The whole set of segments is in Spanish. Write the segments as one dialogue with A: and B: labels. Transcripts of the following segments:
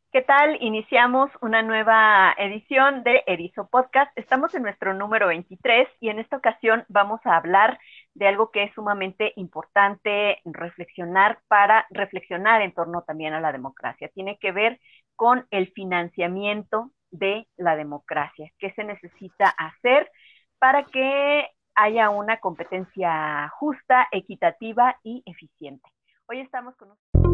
A: ¿Qué tal? Iniciamos una nueva edición de Erizo Podcast. Estamos en nuestro número 23 y en esta ocasión vamos a hablar de algo que es sumamente importante reflexionar para reflexionar en torno también a la democracia. Tiene que ver con el financiamiento de la democracia. ¿Qué se necesita hacer para que haya una competencia justa, equitativa y eficiente? Hoy estamos con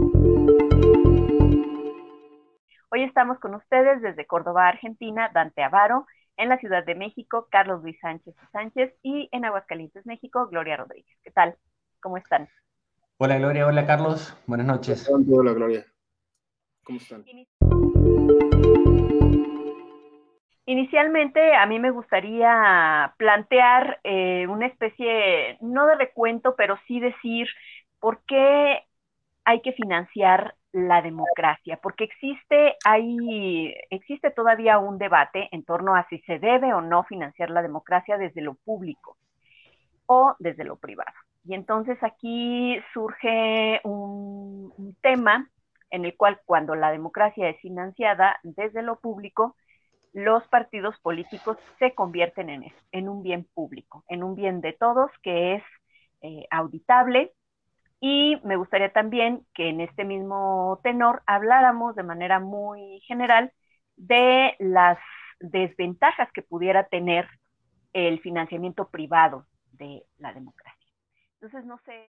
A: Hoy estamos con ustedes desde Córdoba, Argentina, Dante Avaro, en la Ciudad de México, Carlos Luis Sánchez y Sánchez, y en Aguascalientes, México, Gloria Rodríguez. ¿Qué tal? ¿Cómo están?
B: Hola Gloria, hola Carlos, buenas noches.
C: Hola, Gloria. ¿Cómo están?
A: Inicialmente, a mí me gustaría plantear una especie, no de recuento, pero sí decir por qué hay que financiar la democracia, porque existe todavía un debate en torno a si se debe o no financiar la democracia desde lo público o desde lo privado. Y entonces aquí surge un tema en el cual cuando la democracia es financiada desde lo público, los partidos políticos se convierten en eso, en un bien público, en un bien de todos que es auditable. Y me gustaría también que en este mismo tenor habláramos de manera muy general de las desventajas que pudiera tener el financiamiento privado de la democracia. Entonces, no sé.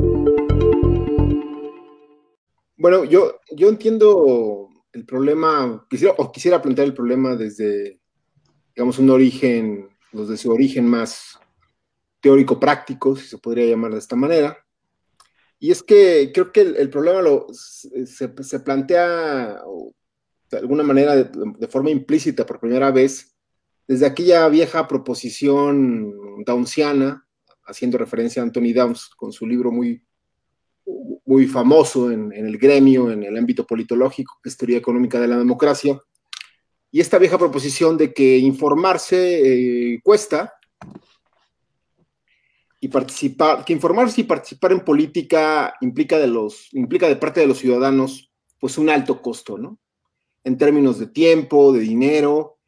C: Bueno, yo entiendo el problema, quisiera plantear el problema desde, digamos, un origen, desde su origen más teórico-práctico, si se podría llamar de esta manera. Y es que creo que el problema se plantea de alguna manera de forma implícita por primera vez desde aquella vieja proposición downsiana, haciendo referencia a Anthony Downs con su libro muy famoso en el gremio, en el ámbito politológico, que es Teoría Económica de la Democracia, y esta vieja proposición de que informarse cuesta y que informarse y participar en política implica de parte de los ciudadanos pues un alto costo, ¿no? En términos de tiempo, de dinero.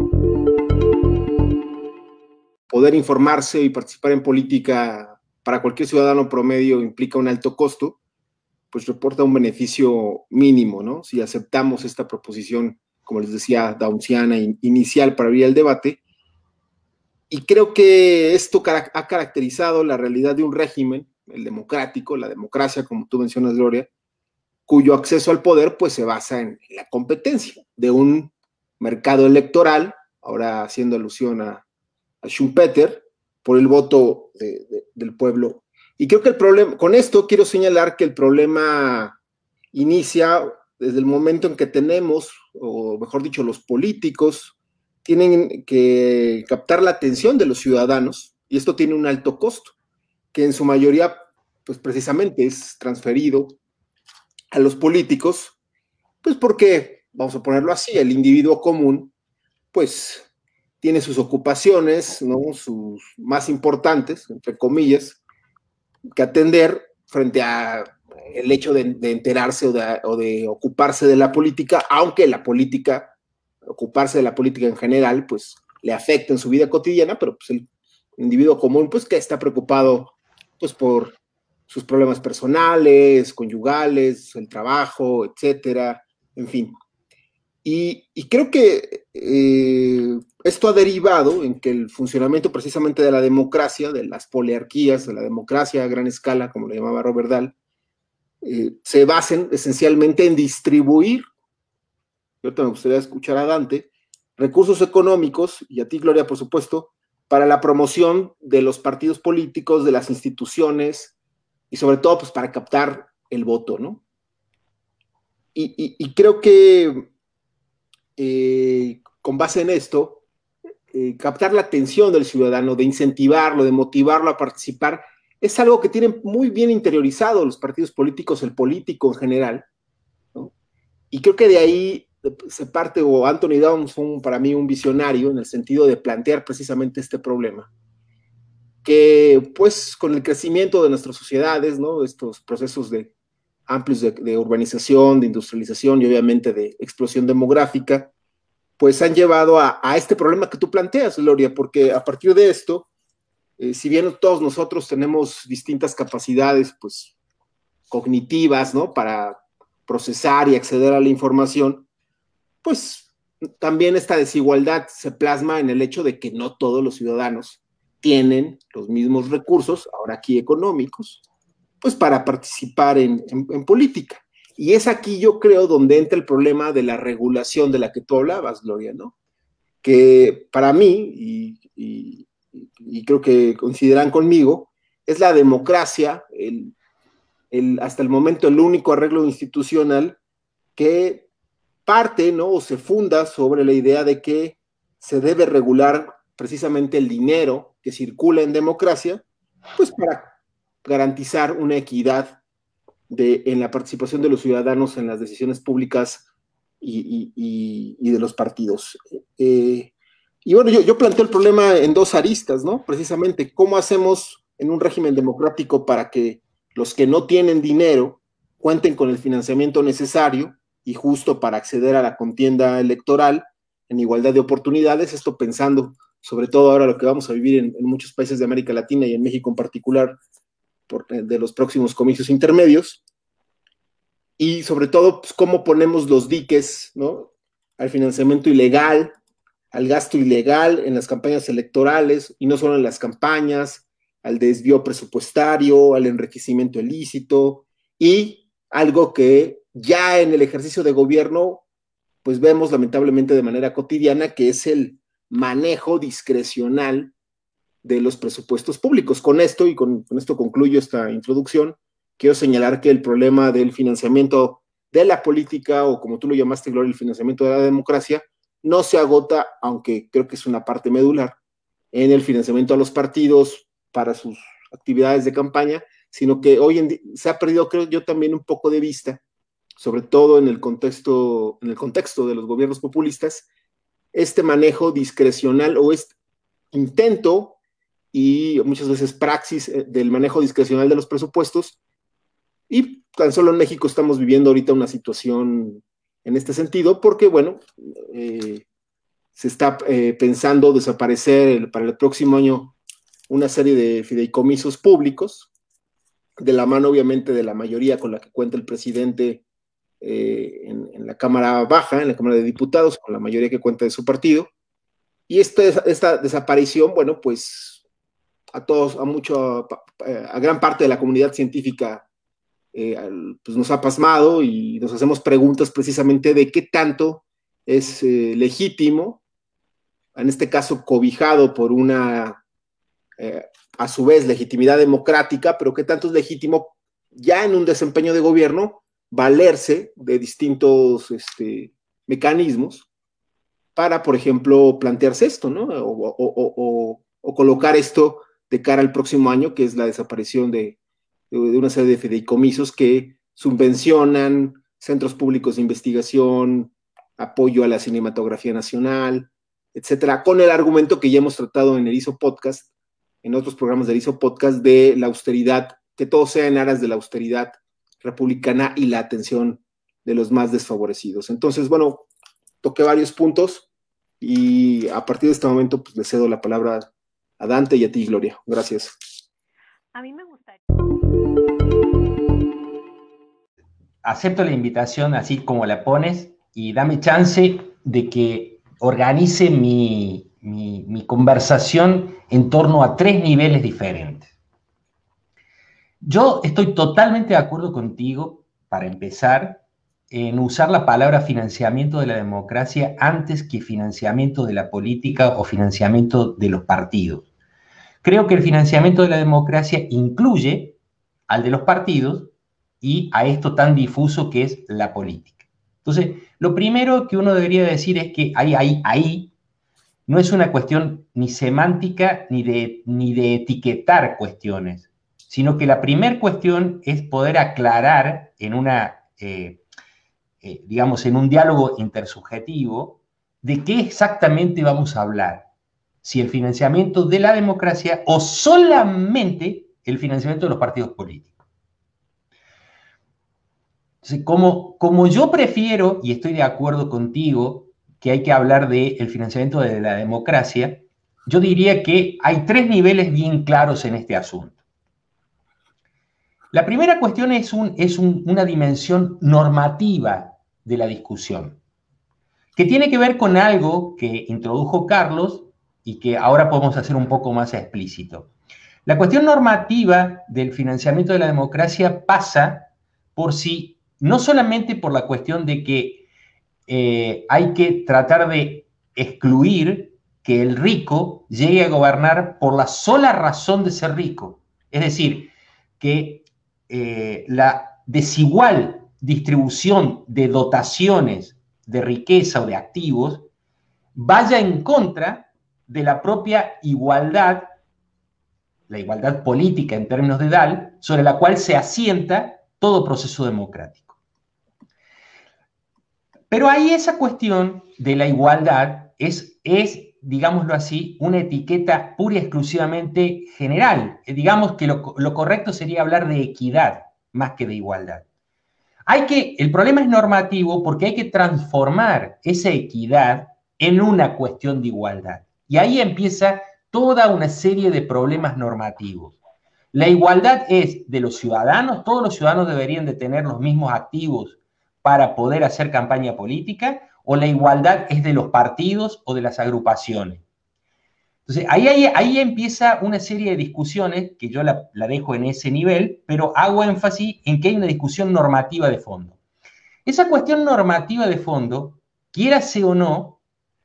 C: Poder informarse y participar en política para cualquier ciudadano promedio implica un alto costo, pues reporta un beneficio mínimo, ¿no? Si aceptamos esta proposición, como les decía, downsiana, inicial para abrir el debate. Y creo que esto ha caracterizado la realidad de un régimen, el democrático, la democracia, como tú mencionas, Gloria, cuyo acceso al poder pues se basa en la competencia de un mercado electoral, ahora haciendo alusión a Schumpeter, por el voto del pueblo. Y creo que el problema, con esto quiero señalar que el problema inicia desde el momento en que tenemos, o mejor dicho, los políticos tienen que captar la atención de los ciudadanos, y esto tiene un alto costo, que en su mayoría, pues precisamente es transferido a los políticos, pues porque, vamos a ponerlo así, el individuo común, pues tiene sus ocupaciones, ¿no? Sus más importantes, entre comillas, que atender frente a el hecho de enterarse o de ocuparse de la política, aunque la política, ocuparse de la política en general, pues le afecta en su vida cotidiana, pero pues el individuo común, pues que está preocupado, pues por sus problemas personales, conyugales, el trabajo, etcétera, en fin. Y creo que esto ha derivado en que el funcionamiento precisamente de la democracia, de las poliarquías, de la democracia a gran escala, como lo llamaba Robert Dahl, se basen esencialmente en distribuir, y ahorita me gustaría escuchar a Dante, recursos económicos, y a ti, Gloria, por supuesto, para la promoción de los partidos políticos, de las instituciones, y sobre todo pues para captar el voto, ¿no? Y creo que con base en esto, captar la atención del ciudadano, de incentivarlo, de motivarlo a participar, es algo que tienen muy bien interiorizado los partidos políticos, el político en general, ¿no? Y creo que de ahí se parte, o Anthony Downs fue para mí un visionario en el sentido de plantear precisamente este problema, que pues con el crecimiento de nuestras sociedades, ¿no? Estos procesos de amplios de urbanización, de industrialización y obviamente de explosión demográfica, pues han llevado a este problema que tú planteas, Gloria, porque a partir de esto, si bien todos nosotros tenemos distintas capacidades, pues, cognitivas, ¿no?, para procesar y acceder a la información, pues también esta desigualdad se plasma en el hecho de que no todos los ciudadanos tienen los mismos recursos, ahora aquí económicos, pues para participar en política. Y es aquí, yo creo, donde entra el problema de la regulación de la que tú hablabas, Gloria, ¿no? Que para mí, y creo que coincidirán conmigo, es la democracia, hasta el momento el único arreglo institucional que parte, ¿no?, o se funda sobre la idea de que se debe regular precisamente el dinero que circula en democracia, pues para garantizar una equidad en la participación de los ciudadanos en las decisiones públicas y de los partidos. Y bueno, yo planteo el problema en dos aristas, ¿no? Precisamente, ¿cómo hacemos en un régimen democrático para que los que no tienen dinero cuenten con el financiamiento necesario y justo para acceder a la contienda electoral en igualdad de oportunidades? Esto pensando sobre todo ahora lo que vamos a vivir en muchos países de América Latina y en México en particular, de los próximos comicios intermedios, y sobre todo, pues, cómo ponemos los diques, ¿no?, al financiamiento ilegal, al gasto ilegal en las campañas electorales, y no solo en las campañas, al desvío presupuestario, al enriquecimiento ilícito, y algo que ya en el ejercicio de gobierno, pues vemos lamentablemente de manera cotidiana, que es el manejo discrecional de los presupuestos públicos. Con esto, y con esto concluyo esta introducción, quiero señalar que el problema del financiamiento de la política, o como tú lo llamaste, Gloria, el financiamiento de la democracia, no se agota, aunque creo que es una parte medular, en el financiamiento a los partidos para sus actividades de campaña, sino que hoy en día se ha perdido, creo yo, también un poco de vista, sobre todo en el contexto de los gobiernos populistas, este manejo discrecional o este intento y muchas veces praxis del manejo discrecional de los presupuestos. Y tan solo en México estamos viviendo ahorita una situación en este sentido, porque, bueno, se está pensando desaparecer para el próximo año una serie de fideicomisos públicos, de la mano, obviamente, de la mayoría con la que cuenta el presidente en la Cámara Baja, en la Cámara de Diputados, con la mayoría que cuenta de su partido. Y esta desaparición, bueno, pues a todos, a gran parte de la comunidad científica, pues nos ha pasmado, y nos hacemos preguntas precisamente de qué tanto es legítimo, en este caso cobijado por una, a su vez, legitimidad democrática, pero qué tanto es legítimo ya en un desempeño de gobierno valerse de distintos mecanismos para, por ejemplo, plantearse esto, ¿no? O colocar esto de cara al próximo año, que es la desaparición de una serie de fideicomisos que subvencionan centros públicos de investigación, apoyo a la cinematografía nacional, etcétera, con el argumento que ya hemos tratado en Erizo Podcast, en otros programas de Erizo Podcast, de la austeridad, que todo sea en aras de la austeridad republicana y la atención de los más desfavorecidos. Entonces, bueno, toqué varios puntos, y a partir de este momento, pues le cedo la palabra a Dante y a ti, Gloria. Gracias.
A: A mí me gustaría...
B: Acepto la invitación así como la pones, y dame chance de que organice mi conversación en torno a 3 niveles diferentes. Yo estoy totalmente de acuerdo contigo, para empezar, en usar la palabra financiamiento de la democracia antes que financiamiento de la política o financiamiento de los partidos. Creo que el financiamiento de la democracia incluye al de los partidos y a esto tan difuso que es la política. Entonces, lo primero que uno debería decir es que ahí no es una cuestión ni semántica ni de etiquetar cuestiones, sino que la primera cuestión es poder aclarar en digamos, en un diálogo intersubjetivo de qué exactamente vamos a hablar. Si el financiamiento de la democracia o solamente el financiamiento de los partidos políticos. Entonces, como yo prefiero, y estoy de acuerdo contigo, que hay que hablar del financiamiento de la democracia, yo diría que hay tres niveles bien claros en este asunto. La primera cuestión es una dimensión normativa de la discusión, que tiene que ver con algo que introdujo Carlos y que ahora podemos hacer un poco más explícito. La cuestión normativa del financiamiento de la democracia pasa por si, no solamente por la cuestión de que hay que tratar de excluir que el rico llegue a gobernar por la sola razón de ser rico. Es decir, que la desigual distribución de dotaciones de riqueza o de activos vaya en contra de la propia igualdad, la igualdad política en términos de DAL, sobre la cual se asienta todo proceso democrático. Pero ahí esa cuestión de la igualdad es, digámoslo así, una etiqueta pura y exclusivamente general. Digamos que lo correcto sería hablar de equidad más que de igualdad. El problema es normativo porque hay que transformar esa equidad en una cuestión de igualdad. Y ahí empieza toda una serie de problemas normativos. La igualdad es de los ciudadanos, todos los ciudadanos deberían de tener los mismos activos para poder hacer campaña política, o la igualdad es de los partidos o de las agrupaciones. Entonces, ahí empieza una serie de discusiones, que yo la dejo en ese nivel, pero hago énfasis en que hay una discusión normativa de fondo. Esa cuestión normativa de fondo, quiérase o no,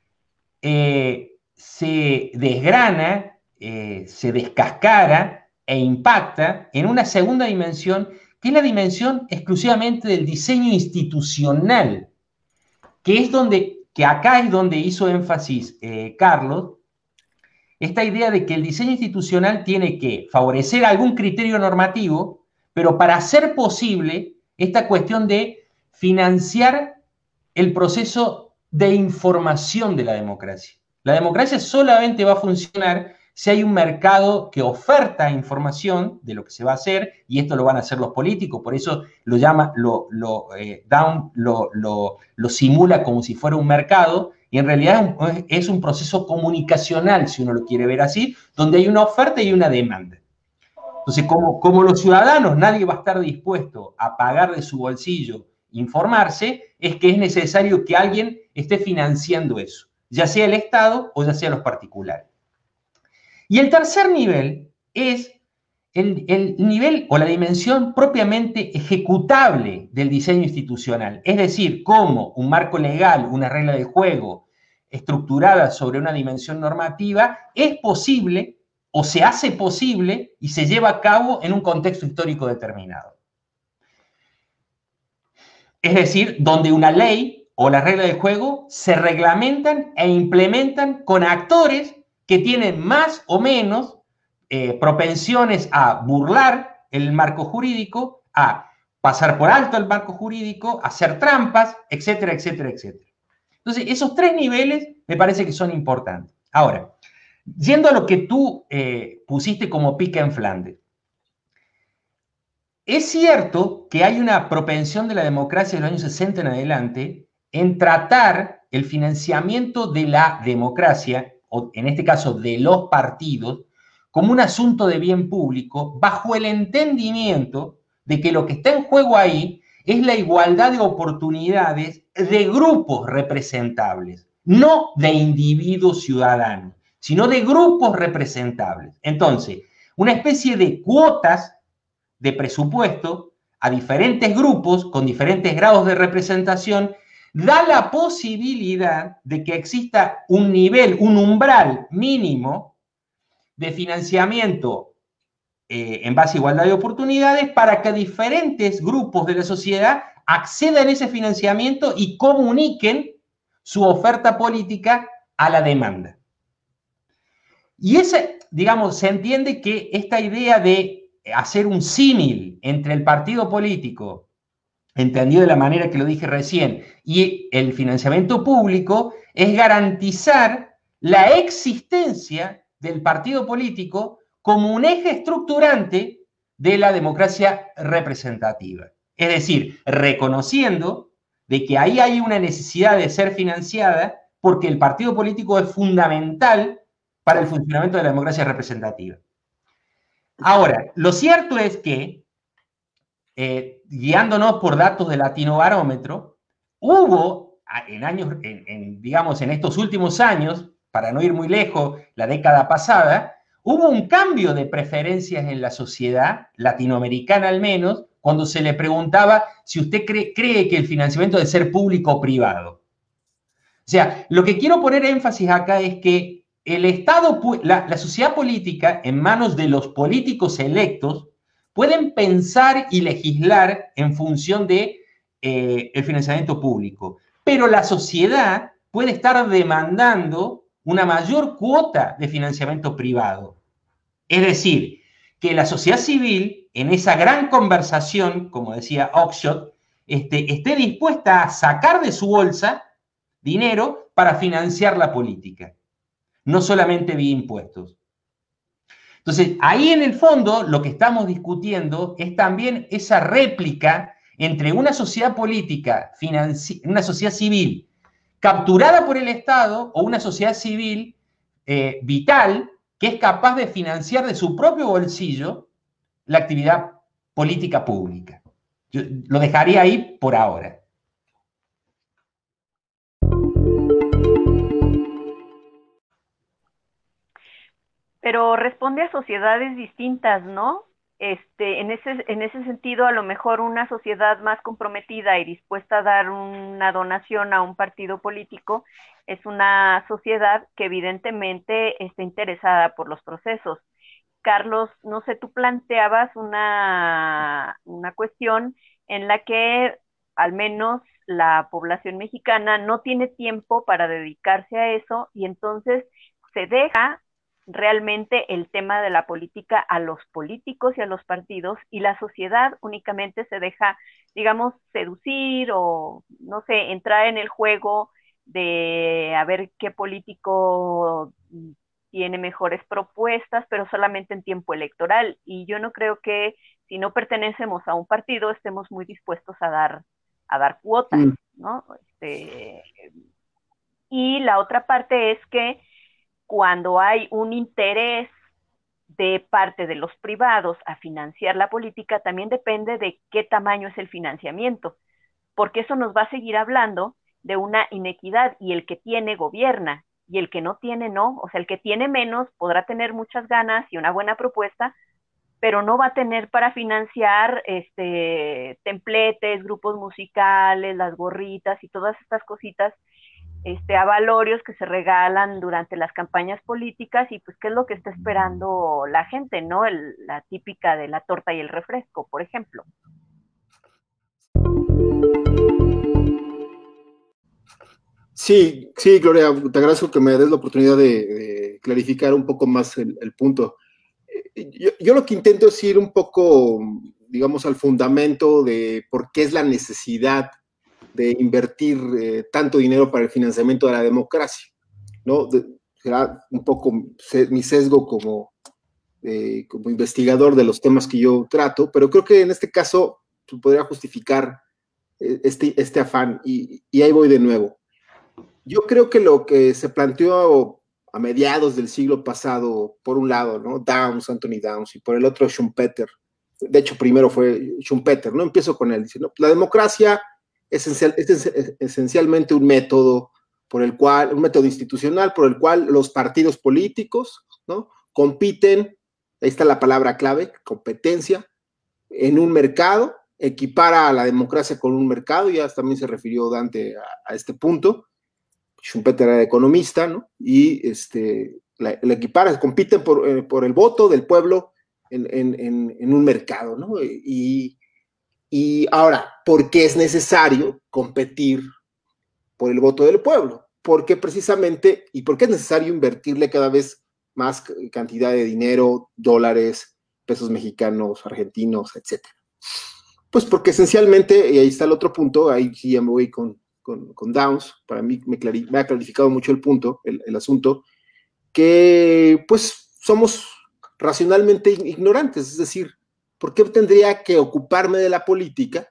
B: se desgrana, se descascara e impacta en una segunda dimensión, que es la dimensión exclusivamente del diseño institucional, que acá es donde hizo énfasis Carlos, esta idea de que el diseño institucional tiene que favorecer algún criterio normativo, pero para hacer posible esta cuestión de financiar el proceso de información de la democracia. La democracia solamente va a funcionar si hay un mercado que oferta información de lo que se va a hacer, y esto lo van a hacer los políticos, por eso lo simula como si fuera un mercado, y en realidad es un proceso comunicacional, si uno lo quiere ver así, donde hay una oferta y una demanda. Entonces, como los ciudadanos, nadie va a estar dispuesto a pagar de su bolsillo informarse, es que es necesario que alguien esté financiando eso, ya sea el Estado o ya sea los particulares. Y el tercer nivel es el nivel o la dimensión propiamente ejecutable del diseño institucional, es decir, cómo un marco legal, una regla de juego estructurada sobre una dimensión normativa es posible o se hace posible y se lleva a cabo en un contexto histórico determinado. Es decir, donde una ley o la regla de juego se reglamentan e implementan con actores que tienen más o menos propensiones a burlar el marco jurídico, a pasar por alto el marco jurídico, a hacer trampas, etcétera, etcétera, etcétera. Entonces, esos tres niveles me parece que son importantes. Ahora, yendo a lo que tú pusiste como pica en Flandes, es cierto que hay una propensión de la democracia de los años 60 en adelante en tratar el financiamiento de la democracia, o en este caso de los partidos, como un asunto de bien público, bajo el entendimiento de que lo que está en juego ahí es la igualdad de oportunidades de grupos representables, no de individuos ciudadanos, sino de grupos representables. Entonces, una especie de cuotas de presupuesto a diferentes grupos con diferentes grados de representación da la posibilidad de que exista un nivel, un umbral mínimo de financiamiento en base a igualdad de oportunidades para que diferentes grupos de la sociedad accedan a ese financiamiento y comuniquen su oferta política a la demanda. Y digamos, se entiende que esta idea de hacer un símil entre el partido político, entendido de la manera que lo dije recién, y el financiamiento público, es garantizar la existencia del partido político como un eje estructurante de la democracia representativa. Es decir, reconociendo de que ahí hay una necesidad de ser financiada porque el partido político es fundamental para el funcionamiento de la democracia representativa. Ahora, lo cierto es que, guiándonos por datos de Latinobarómetro, hubo digamos, en estos últimos años, para no ir muy lejos, la década pasada, hubo un cambio de preferencias en la sociedad latinoamericana al menos, cuando se le preguntaba si usted cree que el financiamiento debe ser público o privado. O sea, lo que quiero poner énfasis acá es que el Estado, la sociedad política, en manos de los políticos electos, pueden pensar y legislar en función de el financiamiento público, pero la sociedad puede estar demandando una mayor cuota de financiamiento privado. Es decir, que la sociedad civil, en esa gran conversación, como decía Oakeshott, esté dispuesta a sacar de su bolsa dinero para financiar la política, no solamente vía impuestos. Entonces, ahí en el fondo lo que estamos discutiendo es también esa réplica entre una sociedad política, una sociedad civil capturada por el Estado o una sociedad civil vital que es capaz de financiar de su propio bolsillo la actividad política pública. Yo lo dejaría ahí por ahora.
A: Pero responde a sociedades distintas, ¿no? En ese sentido, a lo mejor una sociedad más comprometida y dispuesta a dar una donación a un partido político es una sociedad que evidentemente está interesada por los procesos. Carlos, no sé, tú planteabas una cuestión en la que al menos la población mexicana no tiene tiempo para dedicarse a eso y entonces se deja realmente el tema de la política a los políticos y a los partidos y la sociedad únicamente se deja, digamos, seducir o, no sé, entrar en el juego de a ver qué político tiene mejores propuestas, pero solamente en tiempo electoral. Y yo no creo que si no pertenecemos a un partido estemos muy dispuestos a dar cuotas, ¿no? Y la otra parte es que cuando hay un interés de parte de los privados a financiar la política, también depende de qué tamaño es el financiamiento, porque eso nos va a seguir hablando de una inequidad y el que tiene gobierna y el que no tiene no, o sea, el que tiene menos podrá tener muchas ganas y una buena propuesta, pero no va a tener para financiar templetes, grupos musicales, las gorritas y todas estas cositas avalorios que se regalan durante las campañas políticas y pues qué es lo que está esperando la gente, ¿no? La típica de la torta y el refresco, por ejemplo.
C: Sí, Gloria, te agradezco que me des la oportunidad de clarificar un poco más el punto. Yo lo que intento es ir un poco, digamos, al fundamento de por qué es la necesidad de invertir tanto dinero para el financiamiento de la democracia, ¿no? Será un poco mi sesgo como investigador de los temas que yo trato, pero creo que en este caso podría justificar este afán y ahí voy de nuevo. Yo creo que lo que se planteó a mediados del siglo pasado, por un lado, ¿no? Anthony Downs, y por el otro Schumpeter. De hecho, primero fue Schumpeter, ¿no? Empiezo con él, dice, ¿no? La democracia es esencialmente un método un método institucional por el cual los partidos políticos, ¿no? Compiten, ahí está la palabra clave, competencia, en un mercado, equipara a la democracia con un mercado, ya también se refirió Dante a este punto. Schumpeter era economista, ¿no? Y la equipara, compiten por el voto del pueblo en un mercado, ¿no? Y ahora, ¿por qué es necesario competir por el voto del pueblo? Porque precisamente, ¿y por qué es necesario invertirle cada vez más cantidad de dinero, dólares, pesos mexicanos, argentinos, etcétera? Pues porque esencialmente, y ahí está el otro punto, ahí sí ya me voy con Downs, para mí me ha clarificado mucho el punto, el asunto, que pues somos racionalmente ignorantes, es decir, ¿por qué tendría que ocuparme de la política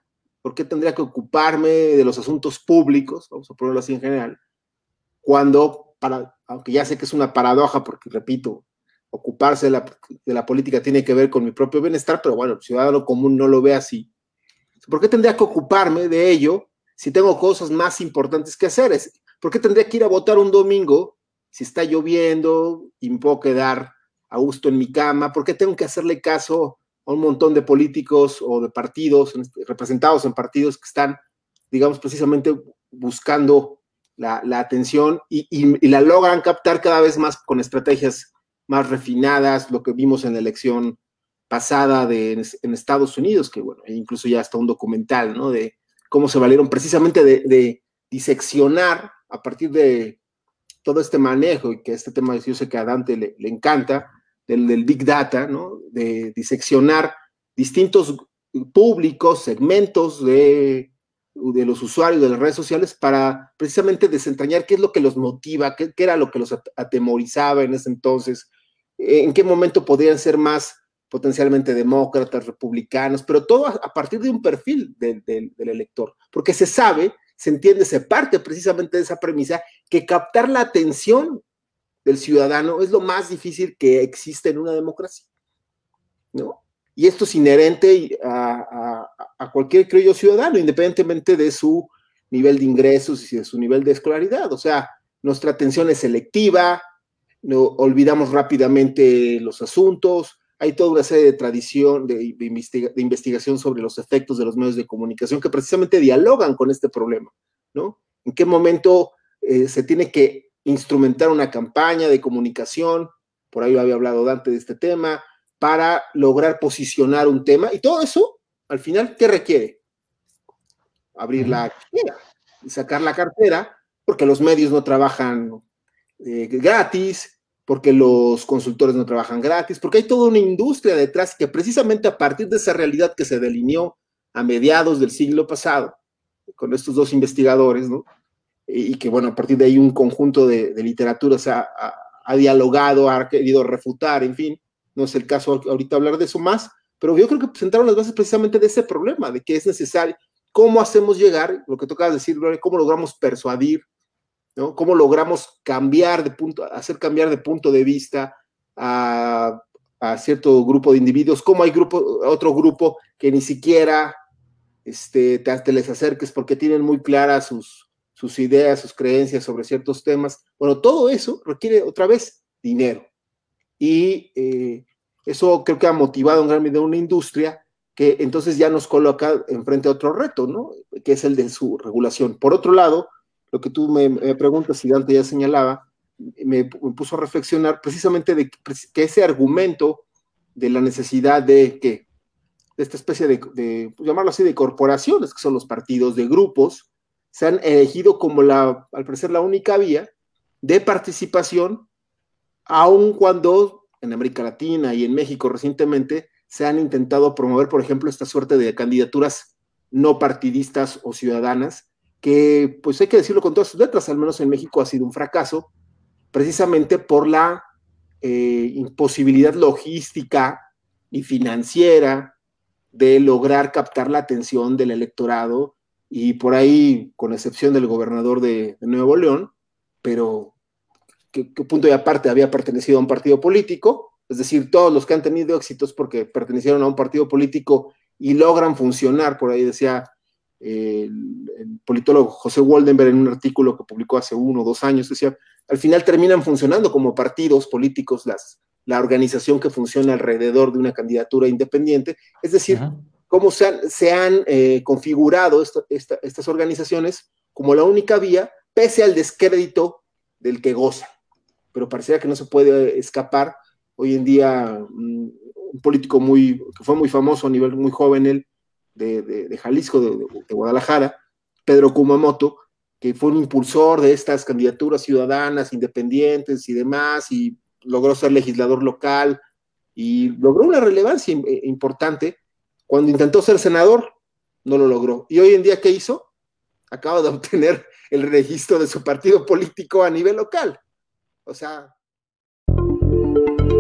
C: ¿Por qué tendría que ocuparme de los asuntos públicos, vamos a ponerlo así en general, cuando, aunque ya sé que es una paradoja, porque repito, ocuparse de la política tiene que ver con mi propio bienestar, pero bueno, el ciudadano común no lo ve así. ¿Por qué tendría que ocuparme de ello si tengo cosas más importantes que hacer? ¿Por qué tendría que ir a votar un domingo si está lloviendo y me puedo quedar a gusto en mi cama? ¿Por qué tengo que hacerle caso a un montón de políticos o de partidos representados en partidos que están, digamos, precisamente buscando la atención y la logran captar cada vez más con estrategias más refinadas, lo que vimos en la elección pasada en Estados Unidos, que bueno, incluso ya está un documental, ¿no? De cómo se valieron precisamente de diseccionar a partir de todo este manejo, y que este tema yo sé que a Dante le encanta, del Big Data, ¿no? De diseccionar distintos públicos, segmentos de los usuarios de las redes sociales para precisamente desentrañar qué es lo que los motiva, qué era lo que los atemorizaba en ese entonces, en qué momento podrían ser más potencialmente demócratas, republicanos, pero todo a partir de un perfil del elector, porque se sabe, se entiende, se parte precisamente de esa premisa que captar la atención del ciudadano es lo más difícil que existe en una democracia, ¿no? Y esto es inherente a cualquier, creo yo, ciudadano, independientemente de su nivel de ingresos y de su nivel de escolaridad. O sea, nuestra atención es selectiva, no olvidamos rápidamente los asuntos, hay toda una serie de tradición, de investigación sobre los efectos de los medios de comunicación que precisamente dialogan con este problema, ¿no? ¿En qué momento se tiene que instrumentar una campaña de comunicación? Por ahí había hablado Dante de este tema, para lograr posicionar un tema, y todo eso, al final, ¿qué requiere? Abrir la cartera y sacar la cartera, porque los medios no trabajan gratis, porque los consultores no trabajan gratis, porque hay toda una industria detrás que precisamente a partir de esa realidad que se delineó a mediados del siglo pasado, con estos dos investigadores, ¿no? Y que, bueno, a partir de ahí un conjunto de literatura se ha dialogado, ha querido refutar, en fin, no es el caso ahorita hablar de eso más, pero yo creo que presentaron las bases precisamente de ese problema, de que es necesario, cómo hacemos llegar, lo que tocaba decir, cómo logramos persuadir, ¿no? Cómo logramos hacer cambiar de punto de vista a cierto grupo de individuos, cómo hay otro grupo que ni siquiera te les acerques porque tienen muy claras sus ideas, sus creencias sobre ciertos temas. Bueno, todo eso requiere otra vez dinero. Y eso creo que ha motivado en gran medida una industria que entonces ya nos coloca enfrente a otro reto, ¿no? Que es el de su regulación. Por otro lado, lo que tú me preguntas, y Dante ya señalaba, me puso a reflexionar precisamente de que ese argumento de la necesidad de esta especie de pues llamarlo así, de corporaciones, que son los partidos, de grupos, se han elegido como al parecer la única vía de participación, aun cuando en América Latina y en México recientemente se han intentado promover, por ejemplo, esta suerte de candidaturas no partidistas o ciudadanas, que, pues hay que decirlo con todas sus letras, al menos en México ha sido un fracaso, precisamente por la imposibilidad logística y financiera de lograr captar la atención del electorado, y por ahí, con excepción del gobernador de Nuevo León, pero que punto y aparte había pertenecido a un partido político, es decir, todos los que han tenido éxitos porque pertenecieron a un partido político y logran funcionar, por ahí decía el politólogo José Woldenberg en un artículo que publicó hace 1 o 2 años, decía, al final terminan funcionando como partidos políticos la organización que funciona alrededor de una candidatura independiente, es decir, cómo se han configurado estas organizaciones como la única vía, pese al descrédito del que goza. Pero pareciera que no se puede escapar. Hoy en día, un político que fue muy famoso a nivel muy joven, él, de Jalisco, de Guadalajara, Pedro Kumamoto, que fue un impulsor de estas candidaturas ciudadanas, independientes y demás, y logró ser legislador local, y logró una relevancia importante. Cuando intentó ser senador, no lo logró. Y hoy en día, ¿qué hizo? Acaba de obtener el registro de su partido político a nivel local. O sea...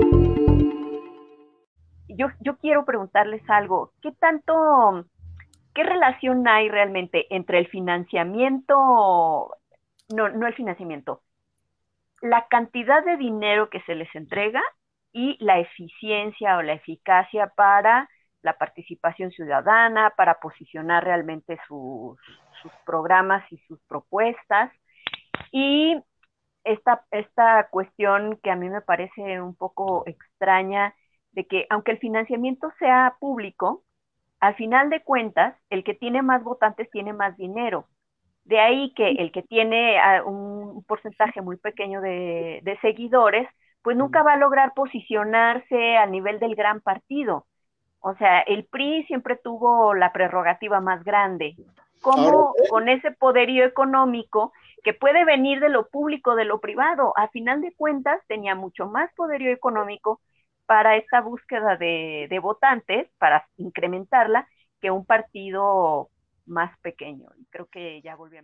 A: Yo quiero preguntarles algo. ¿Qué tanto ¿qué relación hay realmente entre el financiamiento, no el financiamiento, la cantidad de dinero que se les entrega y la eficiencia o la eficacia para la participación ciudadana, para posicionar realmente sus programas y sus propuestas? Y esta cuestión que a mí me parece un poco extraña, de que aunque el financiamiento sea público, al final de cuentas, el que tiene más votantes tiene más dinero. De ahí que el que tiene un porcentaje muy pequeño de seguidores, pues nunca va a lograr posicionarse a nivel del gran partido. O sea, el PRI siempre tuvo la prerrogativa más grande. ¿Cómo con ese poderío económico que puede venir de lo público, de lo privado? A final de cuentas, tenía mucho más poderío económico para esta búsqueda de votantes, para incrementarla, que un partido más pequeño. Y creo que ya volví a...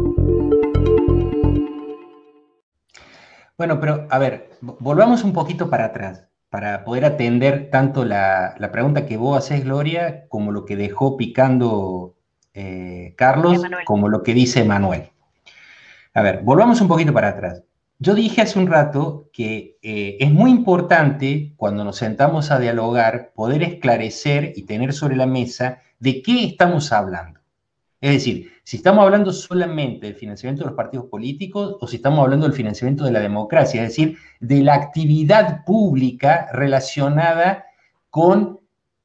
B: Bueno, pero a ver, volvamos un poquito para atrás, para poder atender tanto la pregunta que vos haces, Gloria, como lo que dejó picando Carlos, como lo que dice Manuel. A ver, volvamos un poquito para atrás. Yo dije hace un rato que es muy importante, cuando nos sentamos a dialogar, poder esclarecer y tener sobre la mesa de qué estamos hablando. Es decir, si estamos hablando solamente del financiamiento de los partidos políticos o si estamos hablando del financiamiento de la democracia, es decir, de la actividad pública relacionada con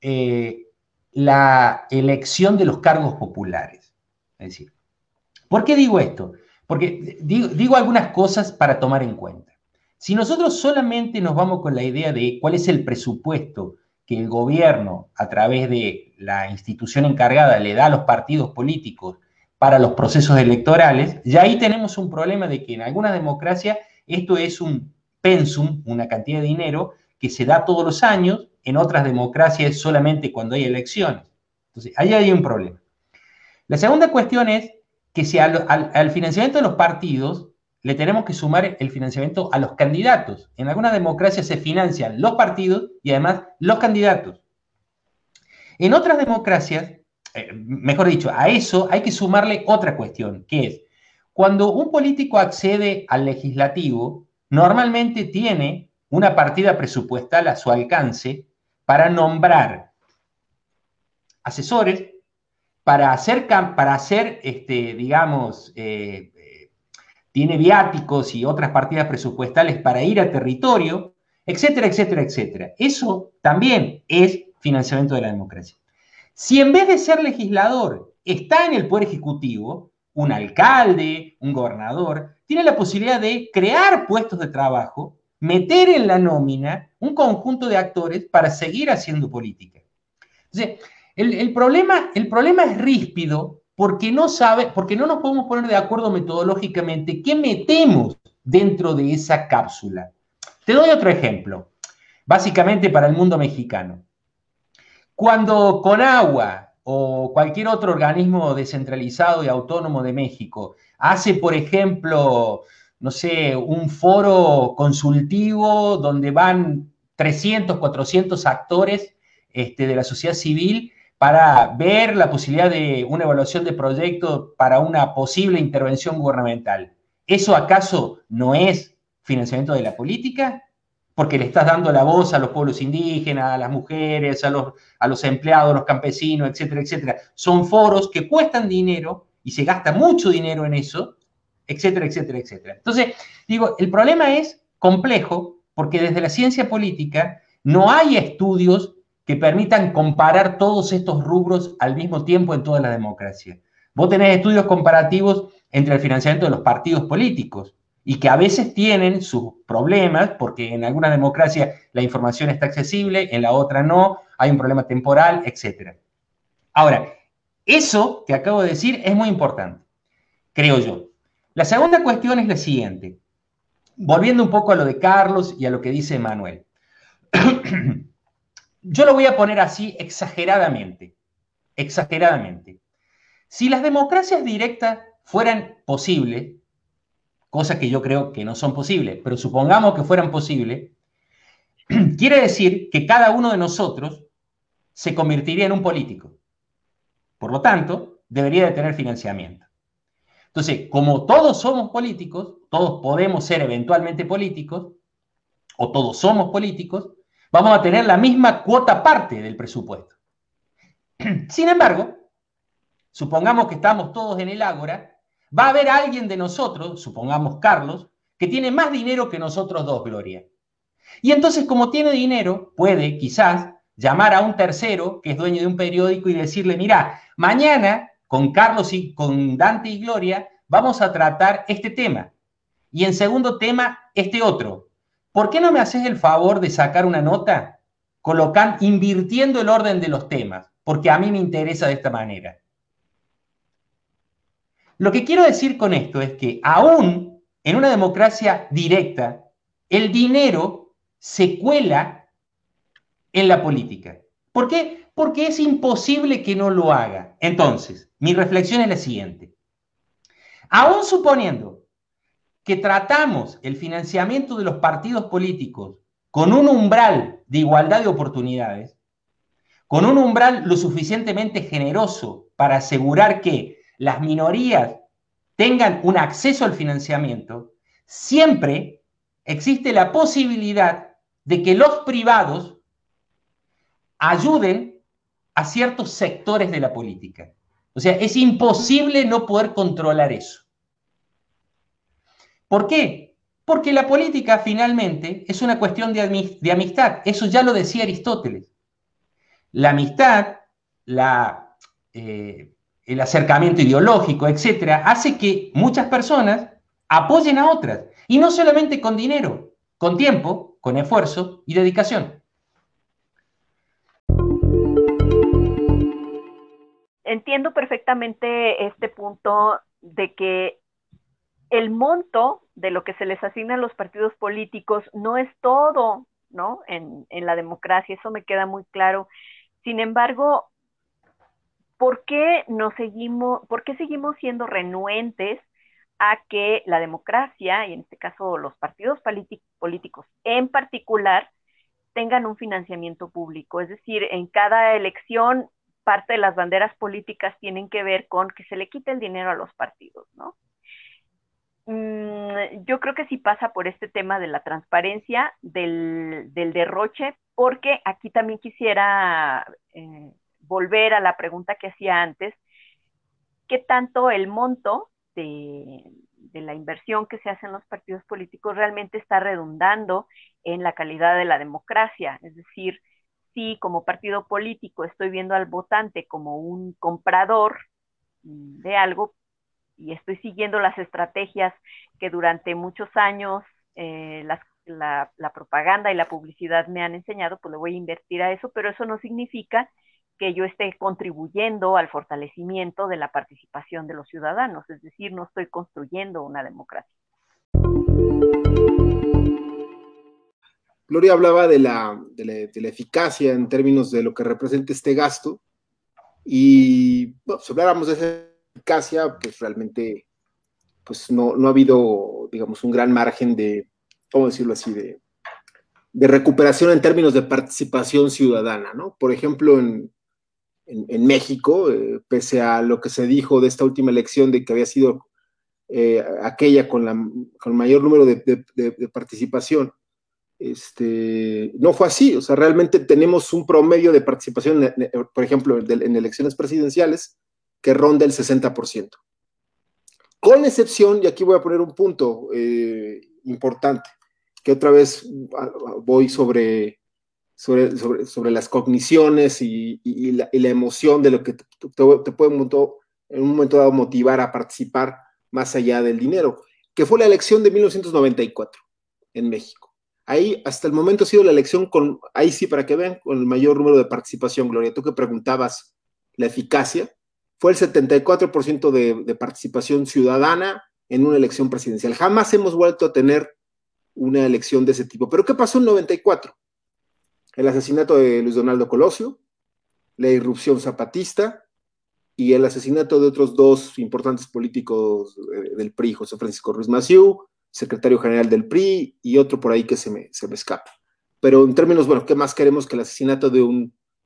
B: la elección de los cargos populares. Es decir, ¿por qué digo esto? Porque digo algunas cosas para tomar en cuenta. Si nosotros solamente nos vamos con la idea de cuál es el presupuesto que el gobierno, a través de la institución encargada, le da a los partidos políticos para los procesos electorales, ya ahí tenemos un problema de que en algunas democracias esto es un pensum, una cantidad de dinero que se da todos los años, en otras democracias es solamente cuando hay elecciones. Entonces, ahí hay un problema. La segunda cuestión es que si al financiamiento de los partidos le tenemos que sumar el financiamiento a los candidatos. En algunas democracias se financian los partidos y además los candidatos. En otras democracias, mejor dicho, a eso hay que sumarle otra cuestión, que es, cuando un político accede al legislativo, normalmente tiene una partida presupuestal a su alcance para nombrar asesores, para hacer digamos, tiene viáticos y otras partidas presupuestales para ir a territorio, etcétera, etcétera, etcétera. Eso también es financiamiento de la democracia. Si en vez de ser legislador está en el Poder Ejecutivo, un alcalde, un gobernador, tiene la posibilidad de crear puestos de trabajo, meter en la nómina un conjunto de actores para seguir haciendo política. Entonces, el problema es ríspido porque no nos podemos poner de acuerdo metodológicamente qué metemos dentro de esa cápsula. Te doy otro ejemplo, básicamente para el mundo mexicano. Cuando Conagua o cualquier otro organismo descentralizado y autónomo de México hace, por ejemplo, no sé, un foro consultivo donde van 300, 400 actores de la sociedad civil para ver la posibilidad de una evaluación de proyecto para una posible intervención gubernamental. ¿Eso acaso no es financiamiento de la política? Porque le estás dando la voz a los pueblos indígenas, a las mujeres, a los empleados, a los campesinos, etcétera, etcétera. Son foros que cuestan dinero y se gasta mucho dinero en eso, etcétera, etcétera, etcétera. Entonces, digo, el problema es complejo porque desde la ciencia política no hay estudios que permitan comparar todos estos rubros al mismo tiempo en toda la democracia. Vos tenés estudios comparativos entre el financiamiento de los partidos políticos y que a veces tienen sus problemas, porque en alguna democracia la información está accesible, en la otra no, hay un problema temporal, etc. Ahora, eso que acabo de decir es muy importante, creo yo. La segunda cuestión es la siguiente, volviendo un poco a lo de Carlos y a lo que dice Manuel. Yo lo voy a poner así exageradamente. Si las democracias directas fueran posibles, cosa que yo creo que no son posibles, pero supongamos que fueran posibles, quiere decir que cada uno de nosotros se convertiría en un político. Por lo tanto, debería de tener financiamiento. Entonces, como todos somos políticos, todos podemos ser eventualmente políticos, o todos somos políticos, vamos a tener la misma cuota parte del presupuesto. Sin embargo, supongamos que estamos todos en el ágora, va a haber alguien de nosotros, supongamos Carlos, que tiene más dinero que nosotros dos, Gloria. Y entonces, como tiene dinero, puede quizás llamar a un tercero que es dueño de un periódico y decirle, mira, mañana con Carlos y con Dante y Gloria vamos a tratar este tema. Y en segundo tema, este otro. ¿Por qué no me haces el favor de sacar una nota invirtiendo el orden de los temas? Porque a mí me interesa de esta manera. Lo que quiero decir con esto es que aún en una democracia directa, el dinero se cuela en la política. ¿Por qué? Porque es imposible que no lo haga. Entonces, mi reflexión es la siguiente. Aún suponiendo que tratamos el financiamiento de los partidos políticos con un umbral de igualdad de oportunidades, con un umbral lo suficientemente generoso para asegurar que las minorías tengan un acceso al financiamiento, siempre existe la posibilidad de que los privados ayuden a ciertos sectores de la política. O sea, es imposible no poder controlar eso. ¿Por qué? Porque la política finalmente es una cuestión de amistad. Eso ya lo decía Aristóteles. La amistad, el acercamiento ideológico, etcétera, hace que muchas personas apoyen a otras. Y no solamente con dinero, con tiempo, con esfuerzo y dedicación.
A: Entiendo perfectamente este punto de que el monto de lo que se les asigna a los partidos políticos no es todo, ¿no? En la democracia, eso me queda muy claro. Sin embargo, ¿por qué seguimos siendo renuentes a que la democracia, y en este caso los partidos políticos en particular, tengan un financiamiento público? Es decir, en cada elección, parte de las banderas políticas tienen que ver con que se le quite el dinero a los partidos, ¿no? Yo creo que sí pasa por este tema de la transparencia, del derroche, porque aquí también quisiera volver a la pregunta que hacía antes: ¿qué tanto el monto de la inversión que se hace en los partidos políticos realmente está redundando en la calidad de la democracia? Es decir, si como partido político estoy viendo al votante como un comprador de algo, y estoy siguiendo las estrategias que durante muchos años la propaganda y la publicidad me han enseñado, pues le voy a invertir a eso, pero eso no significa que yo esté contribuyendo al fortalecimiento de la participación de los ciudadanos, es decir, no estoy construyendo una democracia.
C: Gloria hablaba de la eficacia en términos de lo que representa este gasto, y bueno, si habláramos de esa eficacia, pues realmente pues no ha habido, digamos, un gran margen de, ¿cómo decirlo así?, de recuperación en términos de participación ciudadana, ¿no? Por ejemplo, en México, pese a lo que se dijo de esta última elección de que había sido aquella con mayor número de participación, no fue así. O sea, realmente tenemos un promedio de participación, por ejemplo, en elecciones presidenciales que ronda el 60%. Con excepción, y aquí voy a poner un punto importante, que otra vez voy sobre las cogniciones y la emoción de lo que te puede en un momento dado motivar a participar más allá del dinero, que fue la elección de 1994 en México. Ahí hasta el momento ha sido la elección ahí sí, para que vean, con el mayor número de participación. Gloria, tú que preguntabas la eficacia, fue el 74% de participación ciudadana en una elección presidencial. Jamás hemos vuelto a tener una elección de ese tipo. ¿Pero qué pasó en 94? El asesinato de Luis Donaldo Colosio, la irrupción zapatista y el asesinato de otros dos importantes políticos del PRI, José Francisco Ruiz Massieu, secretario general del PRI, y otro por ahí que se me escapa. Pero en términos, bueno, ¿qué más queremos que el asesinato de un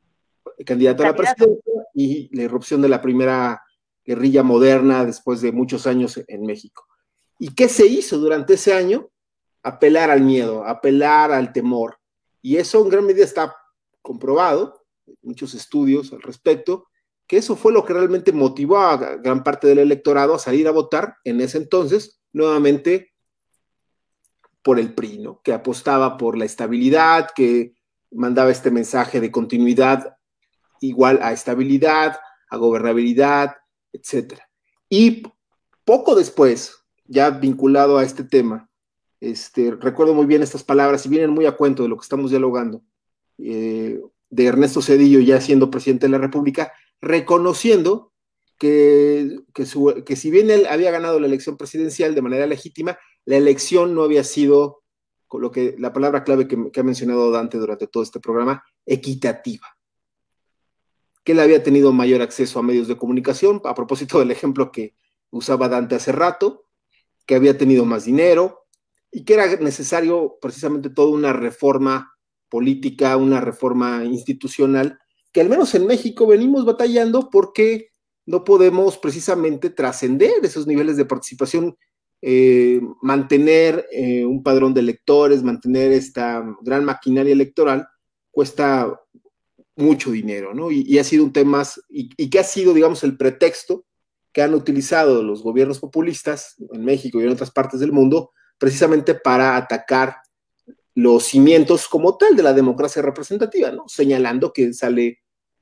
C: candidato a la presidencia y la irrupción de la primera guerrilla moderna después de muchos años en México. ¿Y qué se hizo durante ese año? Apelar al miedo, apelar al temor. Y eso en gran medida está comprobado, muchos estudios al respecto, que eso fue lo que realmente motivó a gran parte del electorado a salir a votar en ese entonces, nuevamente por el PRI, ¿no? Que apostaba por la estabilidad, que mandaba este mensaje de continuidad igual a estabilidad, a gobernabilidad, etcétera. Y poco después, ya vinculado a este tema, recuerdo muy bien estas palabras y vienen muy a cuento de lo que estamos dialogando, de Ernesto Zedillo ya siendo presidente de la República, reconociendo que si bien él había ganado la elección presidencial de manera legítima, la elección no había sido, con lo que la palabra clave que ha mencionado Dante durante todo este programa, equitativa. Que él había tenido mayor acceso a medios de comunicación, a propósito del ejemplo que usaba Dante hace rato, que había tenido más dinero y que era necesario precisamente toda una reforma política, una reforma institucional, que al menos en México venimos batallando porque no podemos precisamente trascender esos niveles de participación, mantener un padrón de electores, mantener esta gran maquinaria electoral, cuesta mucho dinero, ¿no? Y ha sido un tema, y que ha sido, digamos, el pretexto que han utilizado los gobiernos populistas en México y en otras partes del mundo, precisamente para atacar los cimientos como tal de la democracia representativa, ¿no? Señalando que sale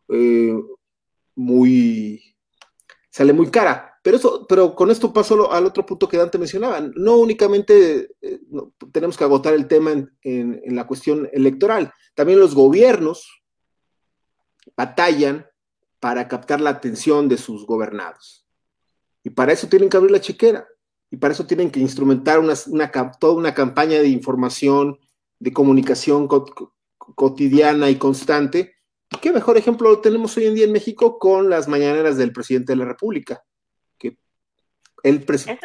C: muy cara. Pero con esto paso al otro punto que Dante mencionaba. No únicamente no, tenemos que agotar el tema en la cuestión electoral. También los gobiernos batallan para captar la atención de sus gobernados. Y para eso tienen que abrir la chequera. Y para eso tienen que instrumentar toda una campaña de información, de comunicación cotidiana y constante. ¿Y qué mejor ejemplo lo tenemos hoy en día en México con las mañaneras del presidente de la República? Que él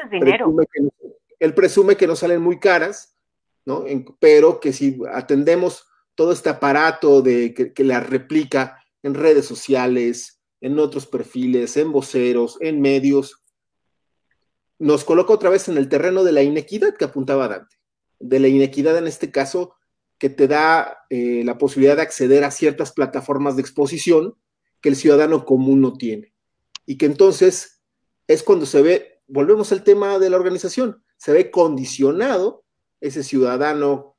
C: presume que no salen muy caras, ¿no? Pero que si atendemos todo este aparato que la replica en redes sociales, en otros perfiles, en voceros, en medios, nos coloca otra vez en el terreno de la inequidad que apuntaba Dante, de la inequidad en este caso que te da la posibilidad de acceder a ciertas plataformas de exposición que el ciudadano común no tiene. Y que entonces es cuando se ve, volvemos al tema de la organización, se ve condicionado ese ciudadano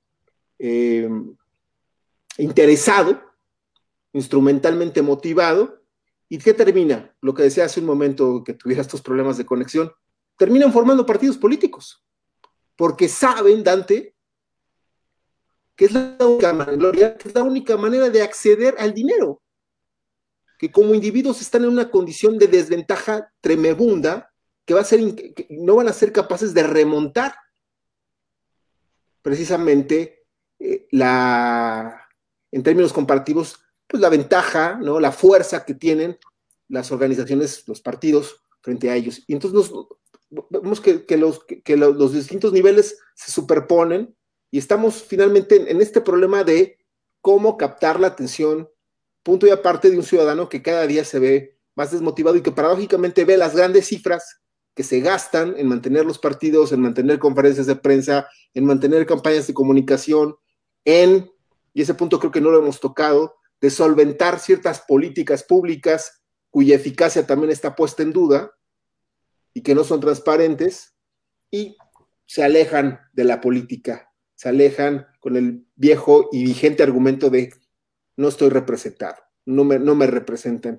C: interesado, instrumentalmente motivado. ¿Y qué termina? Lo que decía hace un momento, que tuviera estos problemas de conexión, terminan formando partidos políticos, porque saben, Dante, que es la única manera de acceder al dinero, que como individuos están en una condición de desventaja tremenda, que no van a ser capaces de remontar precisamente en términos comparativos, pues la ventaja, ¿no? La fuerza que tienen las organizaciones, los partidos frente a ellos. Y entonces vemos que los distintos niveles se superponen y estamos finalmente en este problema de cómo captar la atención, punto y aparte, de un ciudadano que cada día se ve más desmotivado y que paradójicamente ve las grandes cifras que se gastan en mantener los partidos, en mantener conferencias de prensa, en mantener campañas de comunicación, y ese punto creo que no lo hemos tocado, de solventar ciertas políticas públicas cuya eficacia también está puesta en duda y que no son transparentes, y se alejan de la política, se alejan con el viejo y vigente argumento de no estoy representado, no me representan.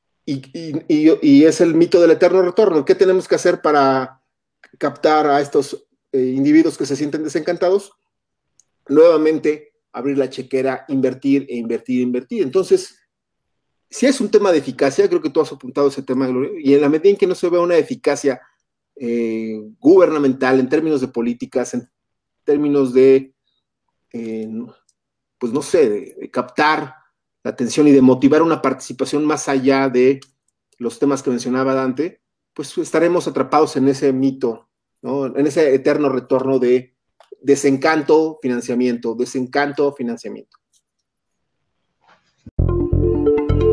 C: Y es el mito del eterno retorno. ¿Qué tenemos que hacer para captar a estos individuos que se sienten desencantados? Nuevamente, abrir la chequera, invertir e invertir e invertir. Entonces, si es un tema de eficacia, creo que tú has apuntado ese tema, Gloria, y en la medida en que no se vea una eficacia gubernamental en términos de políticas, en términos de, pues no sé, de captar la atención y de motivar una participación más allá de los temas que mencionaba Dante, pues estaremos atrapados en ese mito, ¿no? En ese eterno retorno de desencanto, financiamiento, desencanto, financiamiento.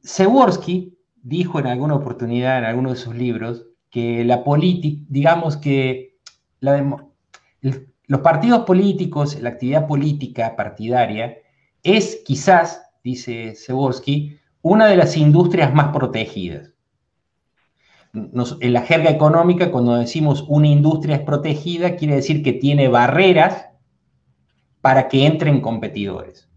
B: Przeworski dijo en alguna oportunidad, en alguno de sus libros, que la política, digamos que los partidos políticos, la actividad política partidaria, es quizás, dice Przeworski, una de las industrias más protegidas. En la jerga económica, cuando decimos una industria es protegida, quiere decir que tiene barreras para que entren competidores.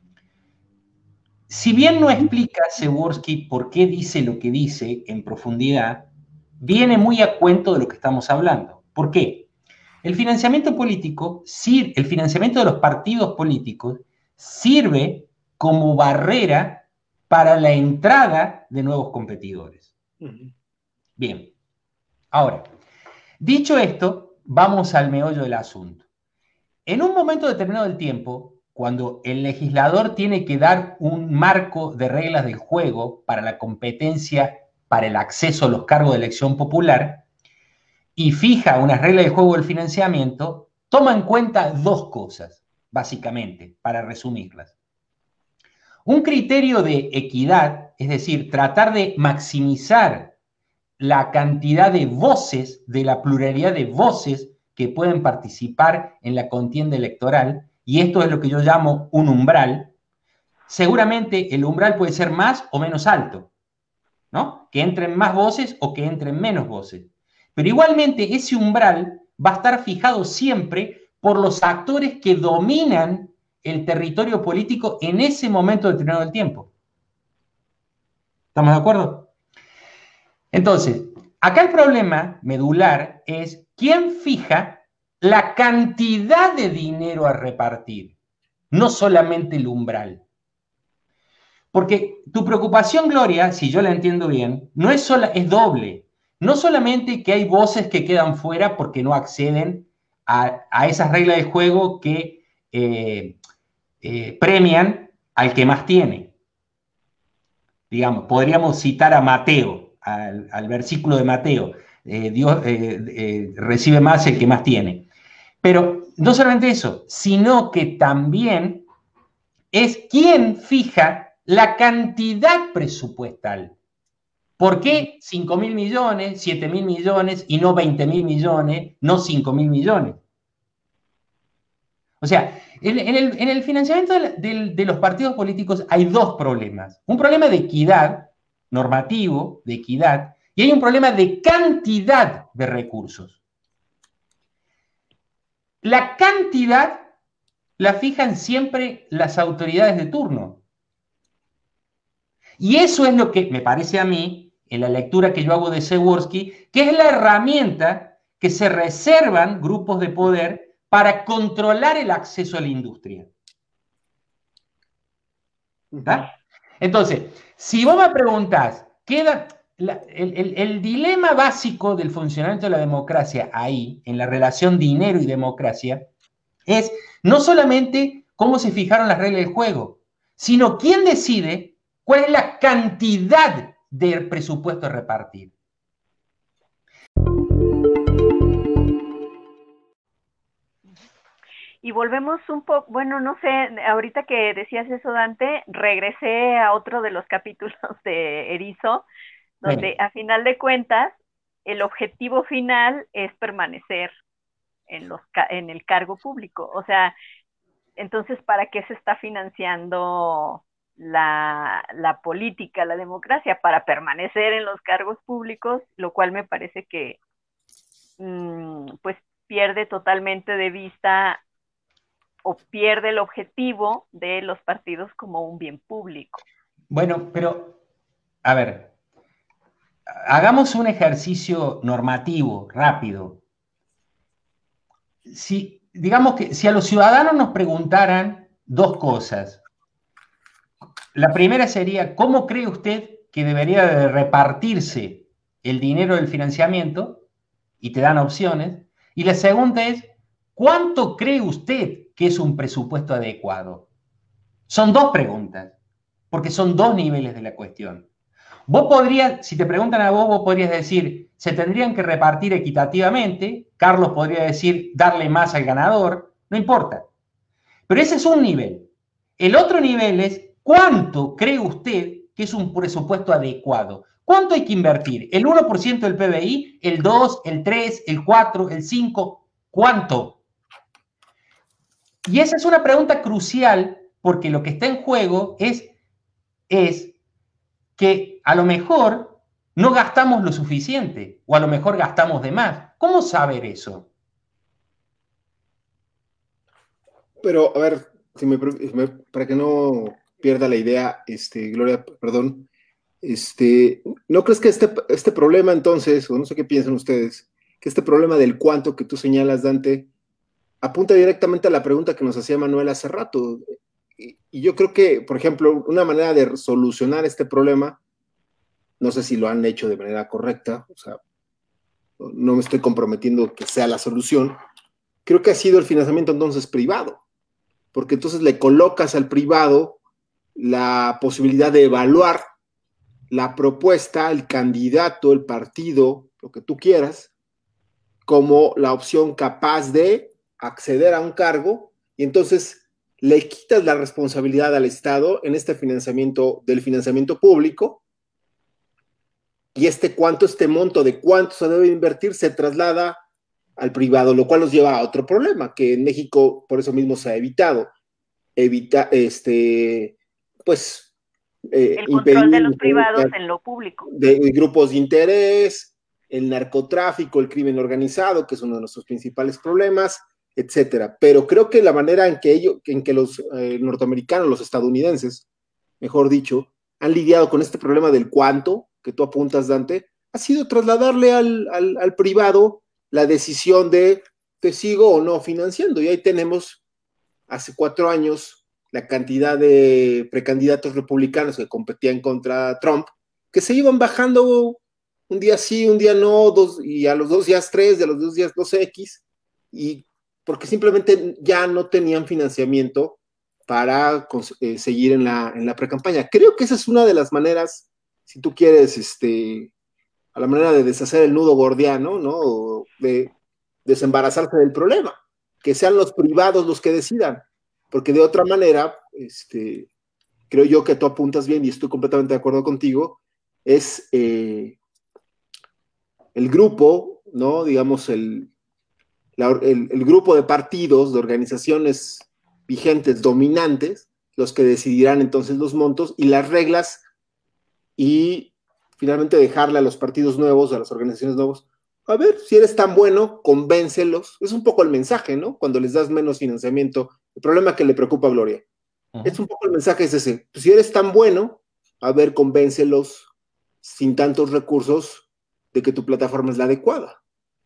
B: Si bien no explica Przeworski por qué dice lo que dice en profundidad, viene muy a cuento de lo que estamos hablando. ¿Por qué? El financiamiento político, el financiamiento de los partidos políticos sirve como barrera para la entrada de nuevos competidores. Bien, ahora, dicho esto, vamos al meollo del asunto. En un momento determinado del tiempo, cuando el legislador tiene que dar un marco de reglas del juego para la competencia, para el acceso a los cargos de elección popular, y fija unas reglas de juego del financiamiento, toma en cuenta dos cosas, básicamente, para resumirlas. Un criterio de equidad, es decir, tratar de maximizar la cantidad de voces, de la pluralidad de voces que pueden participar en la contienda electoral, y esto es lo que yo llamo un umbral. Seguramente el umbral puede ser más o menos alto, ¿no? Que entren más voces o que entren menos voces. Pero igualmente ese umbral va a estar fijado siempre por los actores que dominan el territorio político en ese momento determinado del tiempo. ¿Estamos de acuerdo? Entonces, acá el problema medular es quién fija la cantidad de dinero a repartir, no solamente el umbral. Porque tu preocupación, Gloria, si yo la entiendo bien, no es sola, es doble. No solamente que hay voces que quedan fuera porque no acceden a esas reglas del juego que premian al que más tiene. Digamos, podríamos citar a Mateo, al versículo de Mateo. Dios recibe más el que más tiene. Pero no solamente eso, sino que también es quien fija la cantidad presupuestal. ¿Por qué 5.000 millones, 7.000 millones y no 20.000 millones, no 5.000 millones? O sea, en el financiamiento de los partidos políticos hay dos problemas. Un problema de equidad, normativo, de equidad, y hay un problema de cantidad de recursos. La cantidad la fijan siempre las autoridades de turno. Y eso es lo que me parece a mí, en la lectura que yo hago de Przeworski, que es la herramienta que se reservan grupos de poder para controlar el acceso a la industria. ¿Está? Entonces, si vos me preguntás, el dilema básico del funcionamiento de la democracia ahí, en la relación dinero y democracia, es no solamente cómo se fijaron las reglas del juego, sino quién decide cuál es la cantidad de presupuesto a repartir.
A: Y volvemos un poco, bueno, no sé, ahorita que decías eso, Dante, regresé a otro de los capítulos de Erizo, donde a final de cuentas, el objetivo final es permanecer en el cargo público. O sea, entonces, ¿para qué se está financiando la política, la democracia? Para permanecer en los cargos públicos, lo cual me parece que pues pierde totalmente de vista o pierde el objetivo de los partidos como un bien público.
B: Bueno, pero, a ver, hagamos un ejercicio normativo, rápido. Digamos que si a los ciudadanos nos preguntaran dos cosas. La primera sería, ¿cómo cree usted que debería de repartirse el dinero del financiamiento? Y te dan opciones. Y la segunda es, ¿cuánto cree usted que es un presupuesto adecuado? Son dos preguntas, porque son dos niveles de la cuestión. Vos podrías, si te preguntan a vos, vos podrías decir, se tendrían que repartir equitativamente. Carlos podría decir, darle más al ganador. No importa. Pero ese es un nivel. El otro nivel es, ¿cuánto cree usted que es un presupuesto adecuado? ¿Cuánto hay que invertir? ¿El 1% del PBI? ¿El 2? ¿El 3? ¿El 4? ¿El 5? ¿Cuánto? Y esa es una pregunta crucial porque lo que está en juego es que a lo mejor no gastamos lo suficiente o a lo mejor gastamos de más. ¿Cómo saber eso?
C: Pero, a ver, para que no pierda la idea, Gloria, perdón, ¿no crees que este problema entonces, o no sé qué piensan ustedes, que este problema del cuánto que tú señalas, Dante, apunta directamente a la pregunta que nos hacía Manuel hace rato? Y yo creo que, por ejemplo, una manera de solucionar este problema, no sé si lo han hecho de manera correcta, o sea, no me estoy comprometiendo que sea la solución, creo que ha sido el financiamiento entonces privado, porque entonces le colocas al privado la posibilidad de evaluar la propuesta, el candidato, el partido, lo que tú quieras, como la opción capaz de acceder a un cargo, y entonces le quitas la responsabilidad al Estado en este financiamiento del financiamiento público, y este monto de cuánto se debe invertir se traslada al privado, lo cual nos lleva a otro problema que en México por eso mismo se ha evitado. Pues
A: El control de
C: impedir
A: los privados en lo público.
C: de grupos de interés, el narcotráfico, el crimen organizado, que es uno de nuestros principales problemas, etcétera. Pero creo que la manera en que los norteamericanos, los estadounidenses, mejor dicho, han lidiado con este problema del cuánto que tú apuntas, Dante, ha sido trasladarle al privado la decisión de te sigo o no financiando. Y ahí tenemos hace 4 años la cantidad de precandidatos republicanos que competían contra Trump, que se iban bajando un día sí, un día no, y a los 2 días 3, y a los 2 días 2X, y porque simplemente ya no tenían financiamiento para seguir en la precampaña. Creo que esa es una de las maneras, si tú quieres, a la manera de deshacer el nudo gordiano, ¿no? De desembarazarse del problema, que sean los privados los que decidan, porque de otra manera, creo yo que tú apuntas bien y estoy completamente de acuerdo contigo, es el grupo, ¿no? Digamos, el grupo de partidos, de organizaciones vigentes, dominantes, los que decidirán entonces los montos y las reglas y finalmente dejarle a los partidos nuevos, a las organizaciones nuevas, a ver, si eres tan bueno, convéncelos. Es un poco el mensaje, ¿no? Cuando les das menos financiamiento, el problema que le preocupa a Gloria. Es un poco el mensaje es ese. Pues si eres tan bueno, a ver, convéncelos sin tantos recursos de que tu plataforma es la adecuada.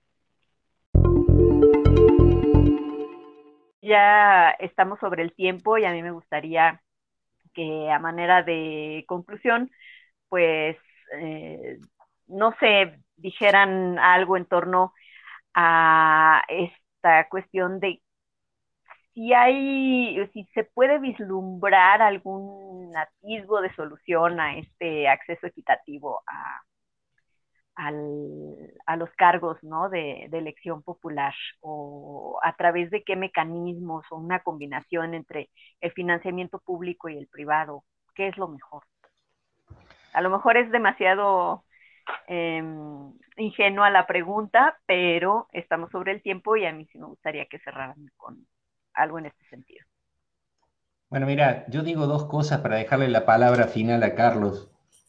A: Ya estamos sobre el tiempo y a mí me gustaría que a manera de conclusión, pues, no sé, dijeran algo en torno a esta cuestión de si se puede vislumbrar algún atisbo de solución a este acceso equitativo a los cargos, ¿no? de elección popular, o a través de qué mecanismos, o una combinación entre el financiamiento público y el privado. ¿Qué es lo mejor? A lo mejor es demasiado ingenua la pregunta, pero estamos sobre el tiempo y a mí sí me gustaría que cerraran con algo en este sentido.
B: Bueno, mira, yo digo 2 cosas para dejarle la palabra final a Carlos.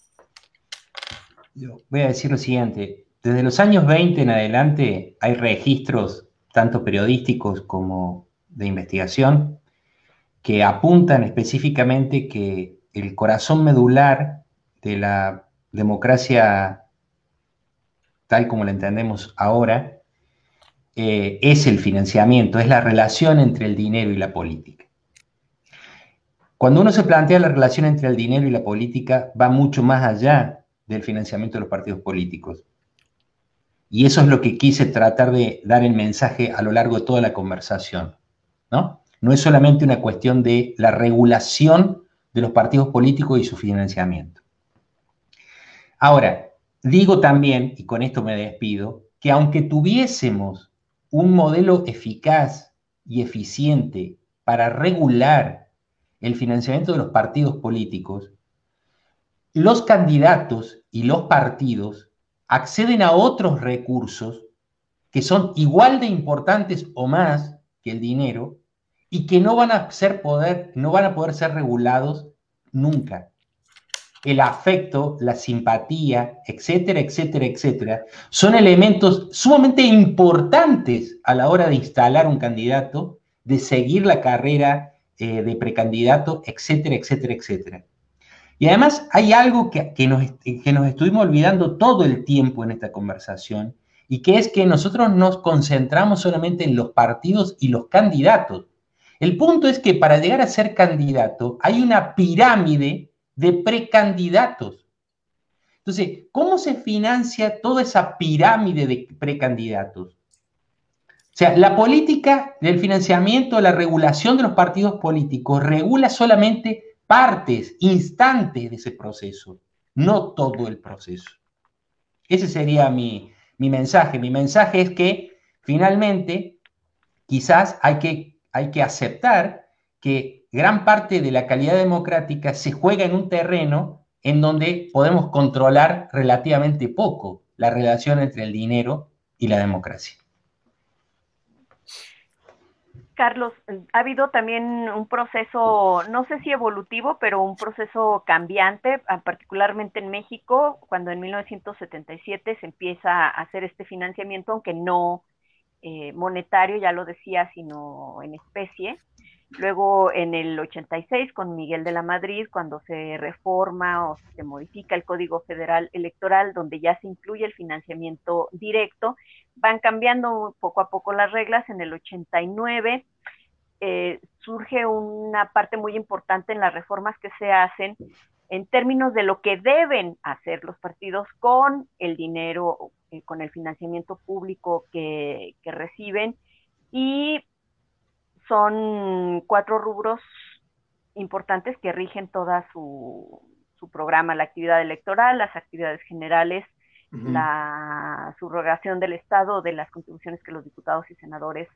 B: Yo voy a decir lo siguiente. Desde los años 20 en adelante hay registros, tanto periodísticos como de investigación, que apuntan específicamente que el corazón medular de la democracia tal como la entendemos ahora es el financiamiento, es la relación entre el dinero y la política. Cuando uno se plantea la relación entre el dinero y la política, va mucho más allá del financiamiento de los partidos políticos. Y eso es lo que quise tratar de dar el mensaje a lo largo de toda la conversación, ¿no? No es solamente una cuestión de la regulación de los partidos políticos y su financiamiento. Ahora, digo también, y con esto me despido, que aunque tuviésemos un modelo eficaz y eficiente para regular el financiamiento de los partidos políticos, los candidatos y los partidos acceden a otros recursos que son igual de importantes o más que el dinero y que no van a poder ser regulados nunca. El afecto, la simpatía, etcétera, etcétera, etcétera, son elementos sumamente importantes a la hora de instalar un candidato, de seguir la carrera de precandidato, etcétera, etcétera, etcétera. Y además hay algo que nos estuvimos olvidando todo el tiempo en esta conversación, y que es que nosotros nos concentramos solamente en los partidos y los candidatos. El punto es que para llegar a ser candidato hay una pirámide de precandidatos. Entonces, ¿cómo se financia toda esa pirámide de precandidatos? O sea, la política del financiamiento, la regulación de los partidos políticos regula solamente partes, instantes de ese proceso, no todo el proceso. Ese sería mi mensaje. Mi mensaje es que finalmente quizás hay que aceptar que gran parte de la calidad democrática se juega en un terreno en donde podemos controlar relativamente poco la relación entre el dinero y la democracia.
A: Carlos, ha habido también un proceso, no sé si evolutivo, pero un proceso cambiante, particularmente en México, cuando en 1977 se empieza a hacer este financiamiento, aunque no monetario, ya lo decía, sino en especie. Luego en el 86 con Miguel de la Madrid, cuando se reforma o se modifica el Código Federal Electoral, donde ya se incluye el financiamiento directo, van cambiando poco a poco las reglas. En el 89 surge una parte muy importante en las reformas que se hacen en términos de lo que deben hacer los partidos con el dinero, con el financiamiento público que reciben, y son 4 rubros importantes que rigen toda su programa: la actividad electoral, las actividades generales, la subrogación del Estado, de las contribuciones que los diputados y senadores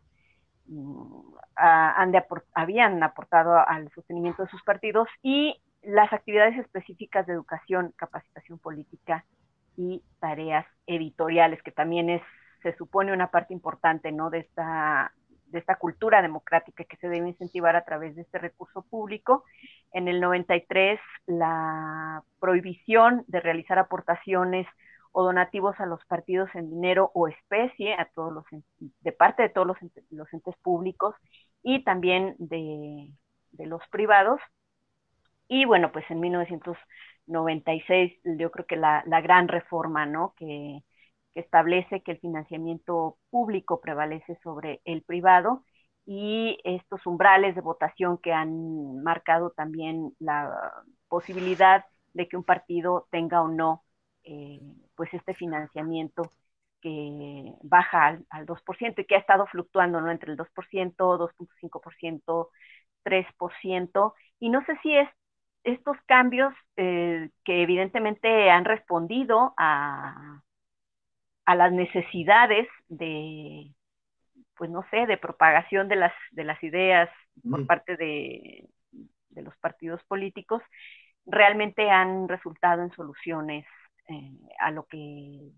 A: habían aportado al sostenimiento de sus partidos, y las actividades específicas de educación, capacitación política y tareas editoriales, que también se supone una parte importante, ¿no?, de esta cultura democrática que se debe incentivar a través de este recurso público. En el 93, la prohibición de realizar aportaciones o donativos a los partidos en dinero o especie, de parte de todos los entes públicos y también de los privados. Y bueno, pues en 1996 yo creo que la gran reforma, ¿no?, que establece que el financiamiento público prevalece sobre el privado, y estos umbrales de votación que han marcado también la posibilidad de que un partido tenga o no pues este financiamiento que baja al 2% y que ha estado fluctuando, ¿no?, entre el 2%, 2.5%, 3%, y no sé si estos cambios que evidentemente han respondido a las necesidades de, pues no sé, de propagación de las ideas por parte de los partidos políticos, realmente han resultado en soluciones a lo que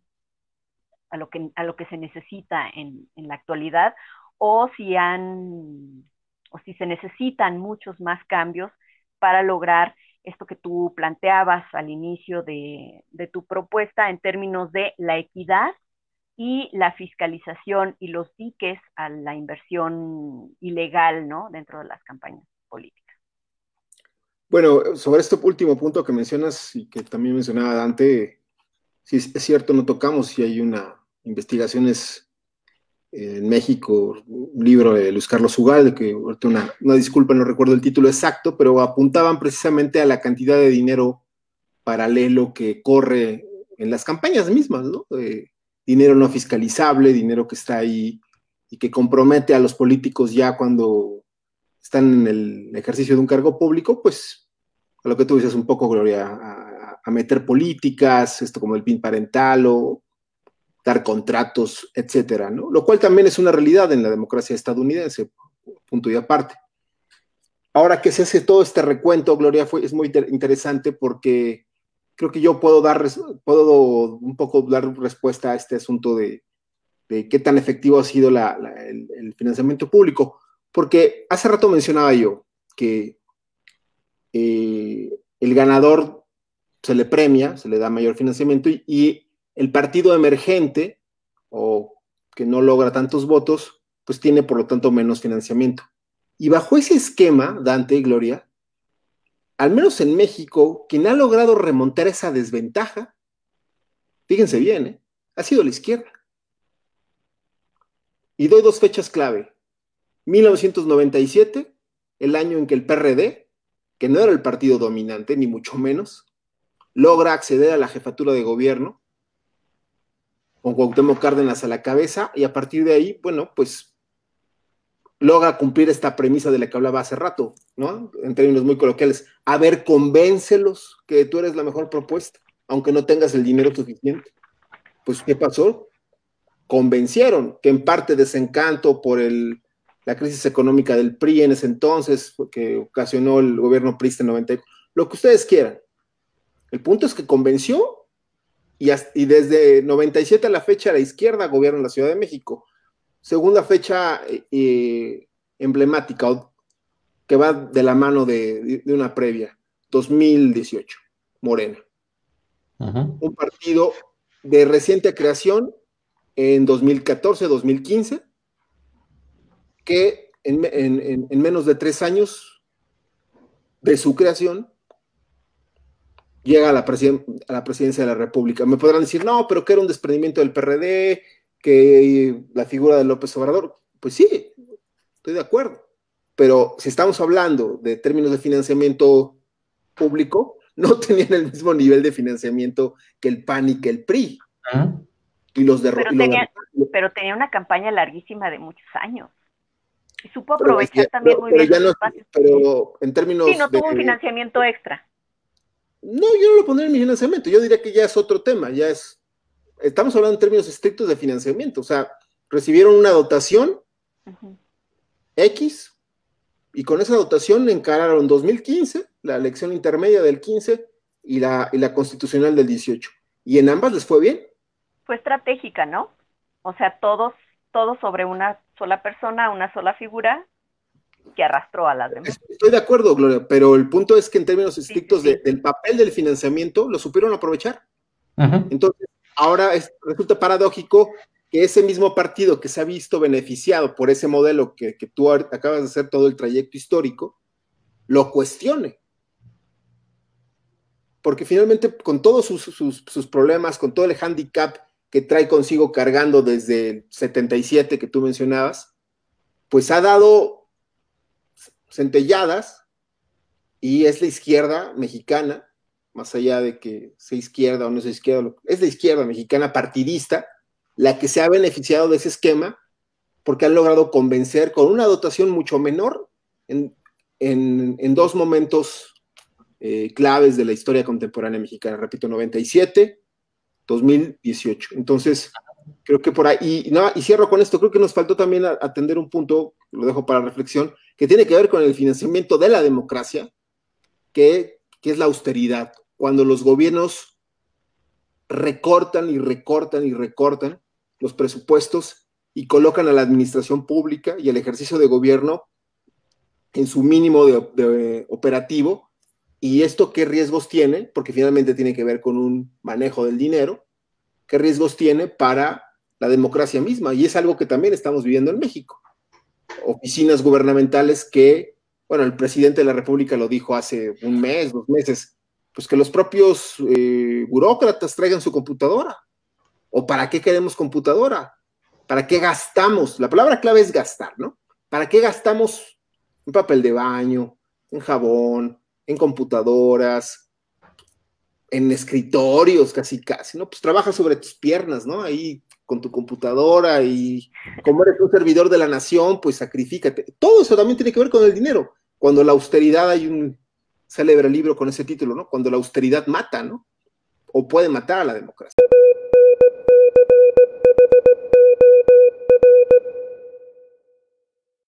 A: se necesita en la actualidad, o si se necesitan muchos más cambios para lograr esto que tú planteabas al inicio de tu propuesta, en términos de la equidad y la fiscalización y los diques a la inversión ilegal, ¿no?, dentro de las campañas políticas.
C: Bueno, sobre este último punto que mencionas y que también mencionaba Dante, sí, es cierto, no tocamos si hay investigaciones en México, un libro de Luis Carlos Ugalde, que ahorita una disculpa, no recuerdo el título exacto, pero apuntaban precisamente a la cantidad de dinero paralelo que corre en las campañas mismas, ¿no? Dinero no fiscalizable, dinero que está ahí y que compromete a los políticos ya cuando están en el ejercicio de un cargo público, pues a lo que tú dices un poco, Gloria, a meter políticas, esto como el PIN parental o dar contratos, etcétera, ¿no? Lo cual también es una realidad en la democracia estadounidense, punto y aparte. Ahora que se hace todo este recuento, Gloria, es muy interesante porque creo que yo puedo un poco dar respuesta a este asunto de qué tan efectivo ha sido el financiamiento público, porque hace rato mencionaba yo que el ganador se le premia, se le da mayor financiamiento y el partido emergente o que no logra tantos votos, pues tiene por lo tanto menos financiamiento. Y bajo ese esquema, Dante y Gloria, al menos en México, quien ha logrado remontar esa desventaja, fíjense bien, ha sido la izquierda. Y doy dos fechas clave. 1997, el año en que el PRD, que no era el partido dominante, ni mucho menos, logra acceder a la jefatura de gobierno, con Cuauhtémoc Cárdenas a la cabeza, y a partir de ahí, bueno, pues logra cumplir esta premisa de la que hablaba hace rato, ¿no? En términos muy coloquiales. A ver, convéncelos que tú eres la mejor propuesta, aunque no tengas el dinero suficiente. Pues, ¿qué pasó? Convencieron, que en parte desencanto por la crisis económica del PRI en ese entonces, que ocasionó el gobierno priista en 94, lo que ustedes quieran. El punto es que convenció y desde 97 a la fecha la izquierda gobierna en la Ciudad de México. Segunda fecha emblemática que va de la mano de una previa, 2018, Morena. Un partido de reciente creación en 2014, 2015, que en menos de 3 años de su creación llega a la presidencia de la República. Me podrán decir, no, pero que era un desprendimiento del PRD, que la figura de López Obrador. Pues sí, estoy de acuerdo. Pero si estamos hablando de términos de financiamiento público, no tenían el mismo nivel de financiamiento que el PAN y que el PRI. Y los
A: pero tenía una campaña larguísima de muchos años. Y supo aprovechar también muy bien los espacios.
C: Pero en términos
A: sí, no tuvo un financiamiento extra.
C: No, yo no lo pondría en mi financiamiento. Yo diría que ya es otro tema. Estamos hablando en términos estrictos de financiamiento. O sea, recibieron una dotación X y con esa dotación encararon 2015, la elección intermedia del 15 y la constitucional del 18. Y en ambas les fue bien.
A: Fue estratégica, ¿no? O sea, todos sobre una sola persona, una sola figura que arrastró a las demás.
C: Estoy de acuerdo, Gloria, pero el punto es que en términos estrictos del papel del financiamiento lo supieron aprovechar. Entonces, ahora resulta paradójico que ese mismo partido que se ha visto beneficiado por ese modelo que tú acabas de hacer todo el trayecto histórico, lo cuestione. Porque finalmente, con todos sus problemas, con todo el hándicap que trae consigo cargando desde el 77 que tú mencionabas, pues ha dado centelladas y es la izquierda mexicana, más allá de que sea izquierda o no sea izquierda, es la izquierda mexicana partidista la que se ha beneficiado de ese esquema porque han logrado convencer con una dotación mucho menor en dos momentos claves de la historia contemporánea mexicana, repito, 97, 2018. Entonces, creo que por ahí, y cierro con esto, creo que nos faltó también atender un punto, lo dejo para reflexión, que tiene que ver con el financiamiento de la democracia, que es la austeridad. Cuando los gobiernos recortan y recortan y recortan los presupuestos y colocan a la administración pública y el ejercicio de gobierno en su mínimo de operativo. ¿Y esto qué riesgos tiene? Porque finalmente tiene que ver con un manejo del dinero. ¿Qué riesgos tiene para la democracia misma? Y es algo que también estamos viviendo en México. Oficinas gubernamentales que, bueno, el presidente de la República lo dijo hace un mes, 2 meses, pues que los propios burócratas traigan su computadora. ¿O para qué queremos computadora? ¿Para qué gastamos? La palabra clave es gastar, ¿no? ¿Para qué gastamos en papel de baño, en jabón, en computadoras, en escritorios casi, ¿no? Pues trabaja sobre tus piernas, ¿no? Ahí con tu computadora y como eres un servidor de la nación, pues sacrifícate. Todo eso también tiene que ver con el dinero. Cuando la austeridad, hay un célebre libro con ese título, ¿no? Cuando la austeridad mata, ¿no? O puede matar a la democracia.